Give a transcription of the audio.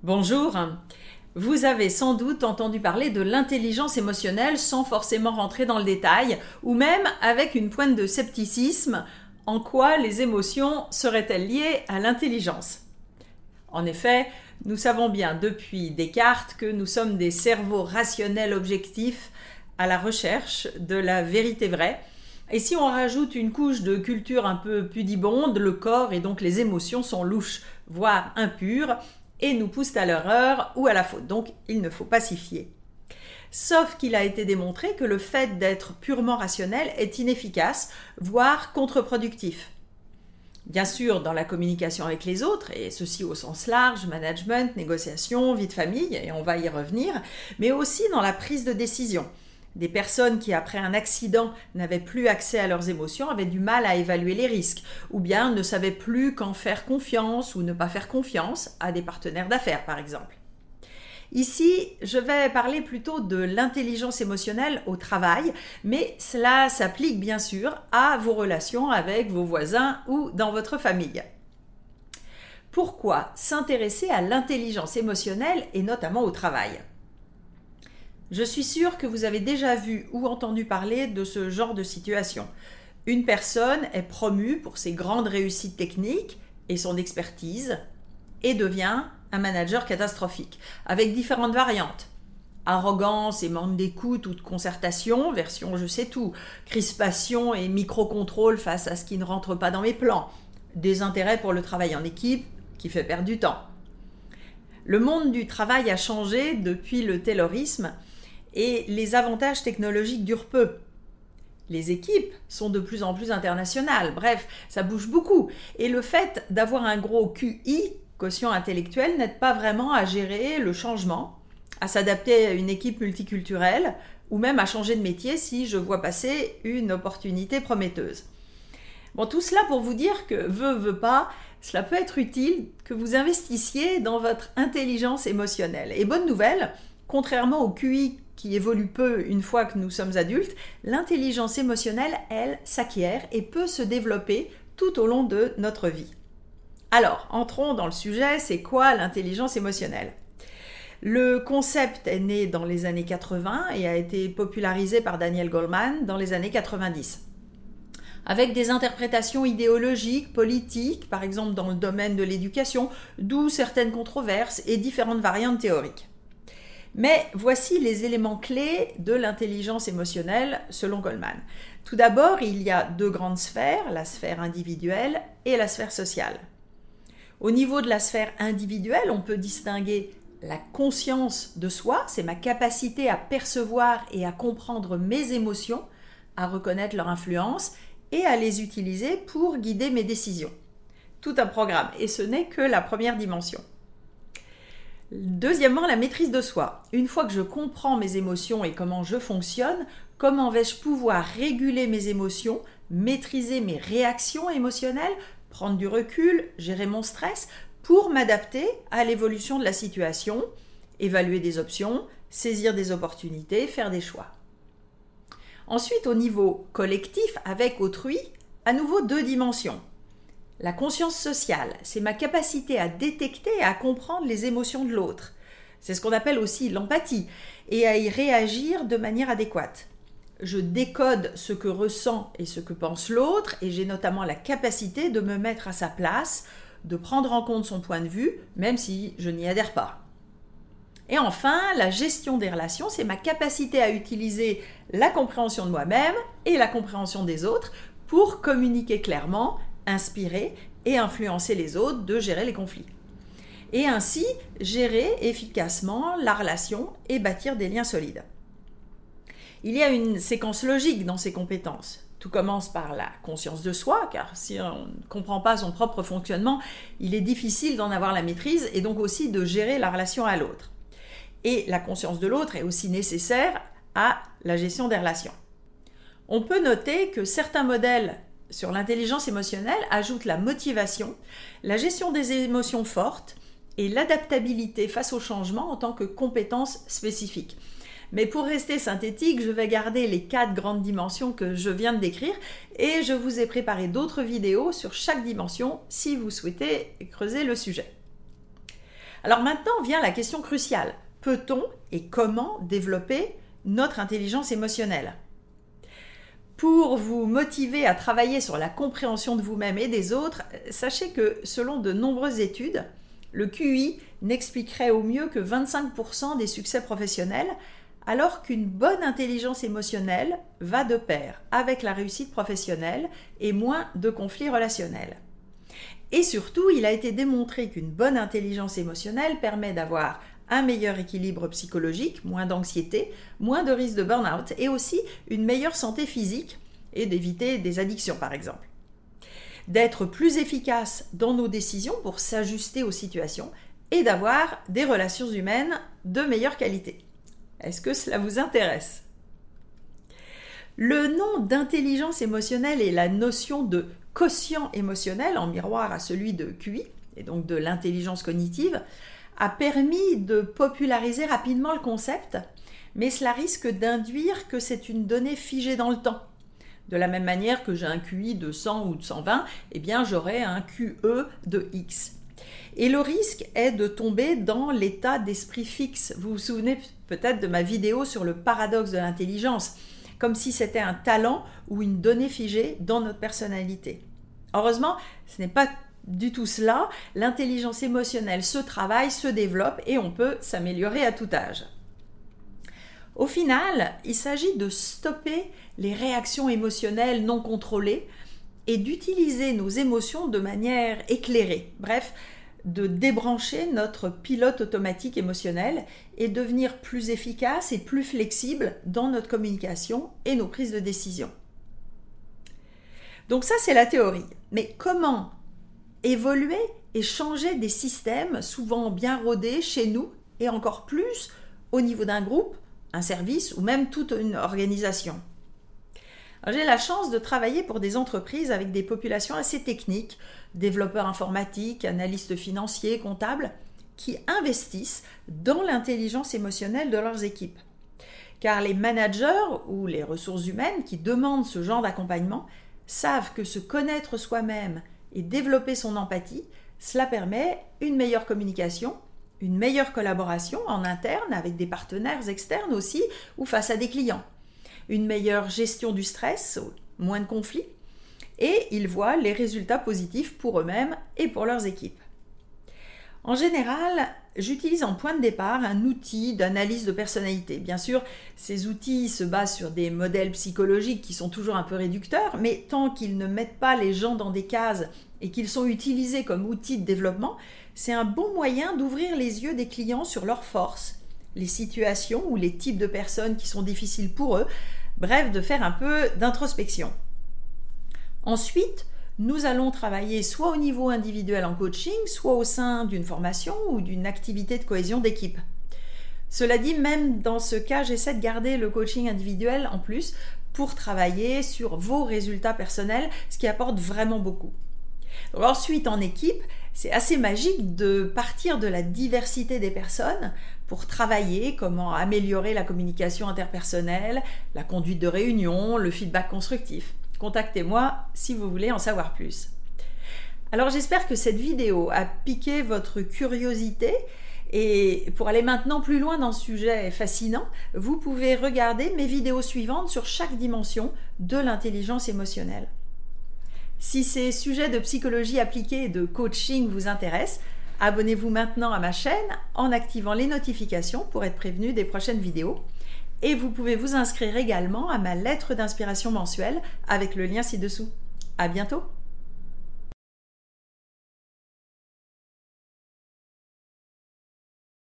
Bonjour, vous avez sans doute entendu parler de l'intelligence émotionnelle sans forcément rentrer dans le détail, ou même avec une pointe de scepticisme, en quoi les émotions seraient-elles liées à l'intelligence? En effet, nous savons bien depuis Descartes que nous sommes des cerveaux rationnels objectifs à la recherche de la vérité vraie. Et si on rajoute une couche de culture un peu pudibonde, le corps et donc les émotions sont louches, voire impures, et nous poussent à l'erreur ou à la faute. Donc, il ne faut pas s'y fier. Sauf qu'il a été démontré que le fait d'être purement rationnel est inefficace, voire contre-productif. Bien sûr, dans la communication avec les autres, et ceci au sens large, management, négociation, vie de famille, et on va y revenir, mais aussi dans la prise de décision. Des personnes qui, après un accident, n'avaient plus accès à leurs émotions, avaient du mal à évaluer les risques, ou bien ne savaient plus quand faire confiance ou ne pas faire confiance à des partenaires d'affaires, par exemple. Ici, je vais parler plutôt de l'intelligence émotionnelle au travail, mais cela s'applique bien sûr à vos relations avec vos voisins ou dans votre famille. Pourquoi s'intéresser à l'intelligence émotionnelle et notamment au travail ? Je suis sûre que vous avez déjà vu ou entendu parler de ce genre de situation. Une personne est promue pour ses grandes réussites techniques et son expertise et devient un manager catastrophique, avec différentes variantes. Arrogance et manque d'écoute ou de concertation, version je sais tout, crispation et micro-contrôle face à ce qui ne rentre pas dans mes plans, désintérêt pour le travail en équipe qui fait perdre du temps. Le monde du travail a changé depuis le taylorisme et les avantages technologiques durent peu. Les équipes sont de plus en plus internationales, bref, ça bouge beaucoup. Et le fait d'avoir un gros QI, quotient intellectuel, n'aide pas vraiment à gérer le changement, à s'adapter à une équipe multiculturelle ou même à changer de métier si je vois passer une opportunité prometteuse. Bon, tout cela pour vous dire que, veut pas, cela peut être utile que vous investissiez dans votre intelligence émotionnelle. Et bonne nouvelle, contrairement au QI qui évolue peu une fois que nous sommes adultes, l'intelligence émotionnelle, elle, s'acquiert et peut se développer tout au long de notre vie. Alors, entrons dans le sujet, c'est quoi l'intelligence émotionnelle ? Le concept est né dans les années 80 et a été popularisé par Daniel Goleman dans les années 90. Avec des interprétations idéologiques, politiques, par exemple dans le domaine de l'éducation, d'où certaines controverses et différentes variantes théoriques. Mais voici les éléments clés de l'intelligence émotionnelle selon Goleman. Tout d'abord, il y a deux grandes sphères, la sphère individuelle et la sphère sociale. Au niveau de la sphère individuelle, on peut distinguer la conscience de soi, c'est ma capacité à percevoir et à comprendre mes émotions, à reconnaître leur influence et à les utiliser pour guider mes décisions. Tout un programme, et ce n'est que la première dimension. Deuxièmement, la maîtrise de soi. Une fois que je comprends mes émotions et comment je fonctionne, comment vais-je pouvoir réguler mes émotions, maîtriser mes réactions émotionnelles, prendre du recul, gérer mon stress pour m'adapter à l'évolution de la situation, évaluer des options, saisir des opportunités, faire des choix. Ensuite, au niveau collectif, avec autrui, à nouveau deux dimensions. La conscience sociale, c'est ma capacité à détecter et à comprendre les émotions de l'autre. C'est ce qu'on appelle aussi l'empathie, et à y réagir de manière adéquate. Je décode ce que ressent et ce que pense l'autre, et j'ai notamment la capacité de me mettre à sa place, de prendre en compte son point de vue, même si je n'y adhère pas. Et enfin, la gestion des relations, c'est ma capacité à utiliser la compréhension de moi-même et la compréhension des autres pour communiquer clairement, inspirer et influencer les autres de gérer les conflits. Et ainsi, gérer efficacement la relation et bâtir des liens solides. Il y a une séquence logique dans ces compétences. Tout commence par la conscience de soi, car si on ne comprend pas son propre fonctionnement, il est difficile d'en avoir la maîtrise et donc aussi de gérer la relation à l'autre. Et la conscience de l'autre est aussi nécessaire à la gestion des relations. On peut noter que certains modèles sur l'intelligence émotionnelle ajoutent la motivation, la gestion des émotions fortes et l'adaptabilité face au changement en tant que compétences spécifiques. Mais pour rester synthétique, je vais garder les 4 grandes dimensions que je viens de décrire et je vous ai préparé d'autres vidéos sur chaque dimension si vous souhaitez creuser le sujet. Alors maintenant vient la question cruciale. Peut-on et comment développer notre intelligence émotionnelle ? Pour vous motiver à travailler sur la compréhension de vous-même et des autres, sachez que selon de nombreuses études, le QI n'expliquerait au mieux que 25% des succès professionnels, alors qu'une bonne intelligence émotionnelle va de pair avec la réussite professionnelle et moins de conflits relationnels. Et surtout, il a été démontré qu'une bonne intelligence émotionnelle permet d'avoir un meilleur équilibre psychologique, moins d'anxiété, moins de risque de burn-out et aussi une meilleure santé physique et d'éviter des addictions par exemple. D'être plus efficace dans nos décisions pour s'ajuster aux situations et d'avoir des relations humaines de meilleure qualité. Est-ce que cela vous intéresse ? Le nom d'intelligence émotionnelle et la notion de quotient émotionnel en miroir à celui de QI, et donc de l'intelligence cognitive, a permis de populariser rapidement le concept, mais cela risque d'induire que c'est une donnée figée dans le temps. De la même manière que j'ai un QI de 100 ou de 120, eh bien j'aurai un QE de X. Et le risque est de tomber dans l'état d'esprit fixe. Vous vous souvenez peut-être de ma vidéo sur le paradoxe de l'intelligence, comme si c'était un talent ou une donnée figée dans notre personnalité. Heureusement, ce n'est pas du tout cela. L'intelligence émotionnelle se travaille, se développe et on peut s'améliorer à tout âge. Au final, il s'agit de stopper les réactions émotionnelles non contrôlées et d'utiliser nos émotions de manière éclairée. Bref, de débrancher notre pilote automatique émotionnel et devenir plus efficace et plus flexible dans notre communication et nos prises de décision. Donc ça, c'est la théorie. Mais comment évoluer et changer des systèmes souvent bien rodés chez nous et encore plus au niveau d'un groupe, un service ou même toute une organisation. Alors, j'ai la chance de travailler pour des entreprises avec des populations assez techniques, développeurs informatiques, analystes financiers, comptables, qui investissent dans l'intelligence émotionnelle de leurs équipes. Car les managers ou les ressources humaines qui demandent ce genre d'accompagnement savent que se connaître soi-même et développer son empathie, cela permet une meilleure communication, une meilleure collaboration en interne avec des partenaires externes aussi ou face à des clients, une meilleure gestion du stress, moins de conflits, et ils voient les résultats positifs pour eux-mêmes et pour leurs équipes. En général, j'utilise en point de départ un outil d'analyse de personnalité. Bien sûr, ces outils se basent sur des modèles psychologiques qui sont toujours un peu réducteurs, mais tant qu'ils ne mettent pas les gens dans des cases et qu'ils sont utilisés comme outils de développement, c'est un bon moyen d'ouvrir les yeux des clients sur leurs forces, les situations ou les types de personnes qui sont difficiles pour eux, bref, de faire un peu d'introspection. Ensuite, nous allons travailler soit au niveau individuel en coaching, soit au sein d'une formation ou d'une activité de cohésion d'équipe. Cela dit, même dans ce cas, j'essaie de garder le coaching individuel en plus pour travailler sur vos résultats personnels, ce qui apporte vraiment beaucoup. Donc ensuite, en équipe, c'est assez magique de partir de la diversité des personnes pour travailler comment améliorer la communication interpersonnelle, la conduite de réunion, le feedback constructif. Contactez-moi si vous voulez en savoir plus. Alors j'espère que cette vidéo a piqué votre curiosité et pour aller maintenant plus loin dans ce sujet fascinant, vous pouvez regarder mes vidéos suivantes sur chaque dimension de l'intelligence émotionnelle. Si ces sujets de psychologie appliquée et de coaching vous intéressent, abonnez-vous maintenant à ma chaîne en activant les notifications pour être prévenu des prochaines vidéos. Et vous pouvez vous inscrire également à ma lettre d'inspiration mensuelle avec le lien ci-dessous. À bientôt!